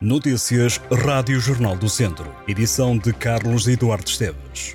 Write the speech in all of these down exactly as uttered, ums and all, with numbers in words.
Notícias Rádio Jornal do Centro. Edição de Carlos Eduardo Esteves.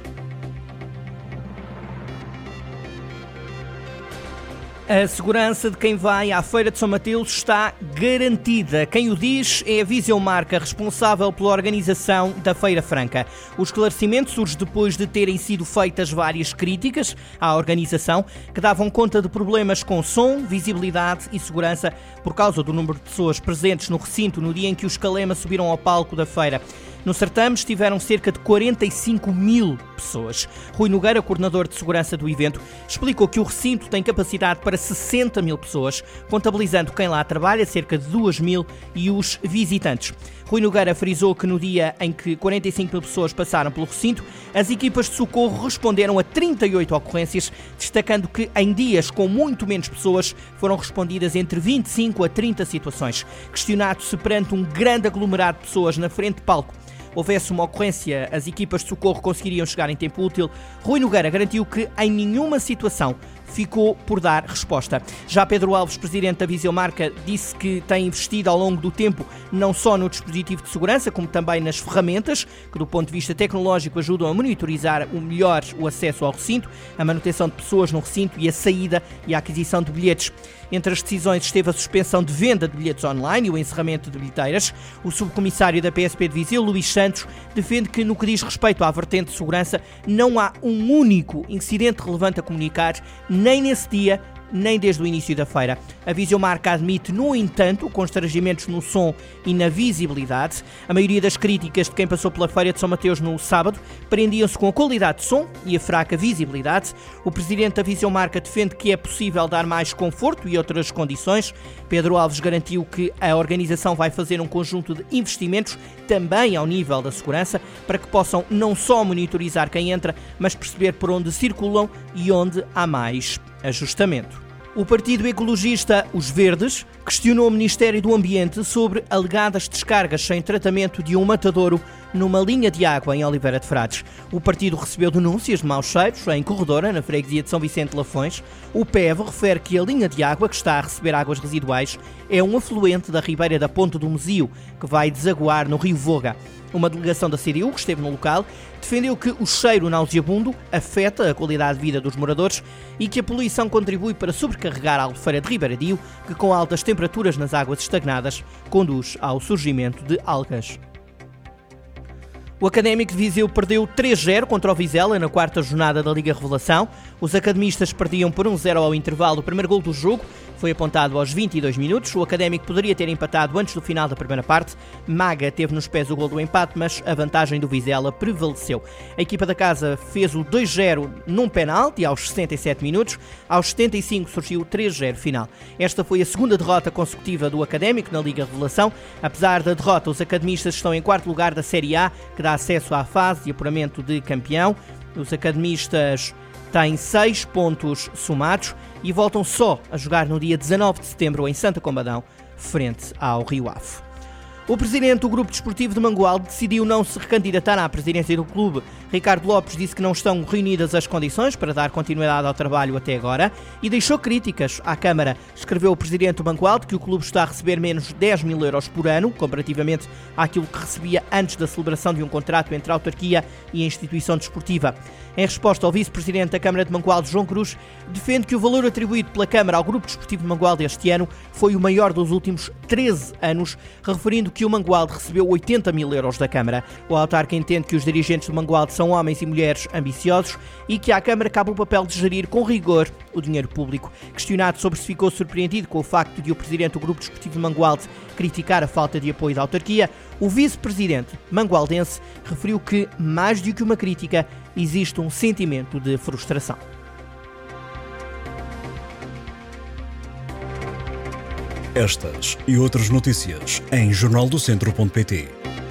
A segurança de quem vai à Feira de São Mateus está garantida. Quem o diz é a Viseu Marca, responsável pela organização da Feira Franca. O esclarecimento surge depois de terem sido feitas várias críticas à organização que davam conta de problemas com som, visibilidade e segurança por causa do número de pessoas presentes no recinto no dia em que os Calema subiram ao palco da feira. No certame estiveram cerca de quarenta e cinco mil pessoas. Rui Nogueira, coordenador de segurança do evento, explicou que o recinto tem capacidade para sessenta mil pessoas, contabilizando quem lá trabalha, cerca de duas mil, e os visitantes. Rui Nogueira frisou que no dia em que quarenta e cinco mil pessoas passaram pelo recinto, as equipas de socorro responderam a trinta e oito ocorrências, destacando que em dias com muito menos pessoas foram respondidas entre vinte e cinco a trinta situações. Questionado se perante um grande aglomerado de pessoas na frente de palco houvesse uma ocorrência, as equipas de socorro conseguiriam chegar em tempo útil, Rui Nogueira garantiu que em nenhuma situação ficou por dar resposta. Já Pedro Alves, presidente da Viseu Marca, disse que tem investido ao longo do tempo não só no dispositivo de segurança, como também nas ferramentas, que do ponto de vista tecnológico ajudam a monitorizar o melhor o acesso ao recinto, a manutenção de pessoas no recinto e a saída e a aquisição de bilhetes. Entre as decisões esteve a suspensão de venda de bilhetes online e o encerramento de bilheteiras. O subcomissário da P S P de Viseu, Luís Santos, defende que no que diz respeito à vertente de segurança não há um único incidente relevante a comunicar, nem nesse dia, nem desde o início da feira. A Viseu Marca admite, no entanto, constrangimentos no som e na visibilidade. A maioria das críticas de quem passou pela Feira de São Mateus no sábado prendiam-se com a qualidade de som e a fraca visibilidade. O presidente da Viseu Marca defende que é possível dar mais conforto e outras condições. Pedro Alves garantiu que a organização vai fazer um conjunto de investimentos, também ao nível da segurança, para que possam não só monitorizar quem entra, mas perceber por onde circulam e onde há mais ajustamento. O partido ecologista Os Verdes questionou o Ministério do Ambiente sobre alegadas descargas sem tratamento de um matadouro numa linha de água em Oliveira de Frades. O partido recebeu denúncias de maus cheiros em Corredora, na freguesia de São Vicente de Lafões. O P E V refere que a linha de água, que está a receber águas residuais, é um afluente da ribeira da Ponte do Mesio, que vai desaguar no rio Voga. Uma delegação da C D U, que esteve no local, defendeu que o cheiro nauseabundo afeta a qualidade de vida dos moradores e que a poluição contribui para sobrecarregar a albufeira de Ribeiradio, que com altas temperaturas nas águas estagnadas conduz ao surgimento de algas. O Académico de Viseu perdeu três a zero contra o Vizela na quarta jornada da Liga Revelação. Os academistas perdiam por um a zero ao intervalo. O primeiro gol do jogo foi apontado aos vinte e dois minutos. O Académico poderia ter empatado antes do final da primeira parte. Maga teve nos pés o gol do empate, mas a vantagem do Vizela prevaleceu. A equipa da casa fez o dois a zero num penalti aos sessenta e sete minutos. Aos setenta e cinco surgiu o três a zero final. Esta foi a segunda derrota consecutiva do Académico na Liga Revelação. Apesar da derrota, os academistas estão em quarto lugar da Série A, que dá acesso à fase de apuramento de campeão. Os academistas têm seis pontos somados e voltam só a jogar no dia dezanove de setembro em Santa Combadão, frente ao Rio Ave. O presidente do Grupo Desportivo de Mangualde decidiu não se recandidatar à presidência do clube. Ricardo Lopes disse que não estão reunidas as condições para dar continuidade ao trabalho até agora e deixou críticas à Câmara. Escreveu o presidente do Mangualde que o clube está a receber menos dez mil euros por ano, comparativamente àquilo que recebia antes da celebração de um contrato entre a autarquia e a instituição desportiva. Em resposta ao vice-presidente da Câmara de Mangualde, João Cruz, defende que o valor atribuído pela Câmara ao Grupo Desportivo de Mangualde este ano foi o maior dos últimos treze anos, referindo que o Mangualde recebeu oitenta mil euros da Câmara. O autarca entende que os dirigentes do Mangualde são homens e mulheres ambiciosos e que à Câmara cabe o papel de gerir com rigor o dinheiro público. Questionado sobre se ficou surpreendido com o facto de o presidente do Grupo Desportivo de Mangualde criticar a falta de apoio da autarquia, o vice-presidente mangualdense referiu que, mais do que uma crítica, existe um sentimento de frustração. Estas e outras notícias em jornal do centro ponto pt.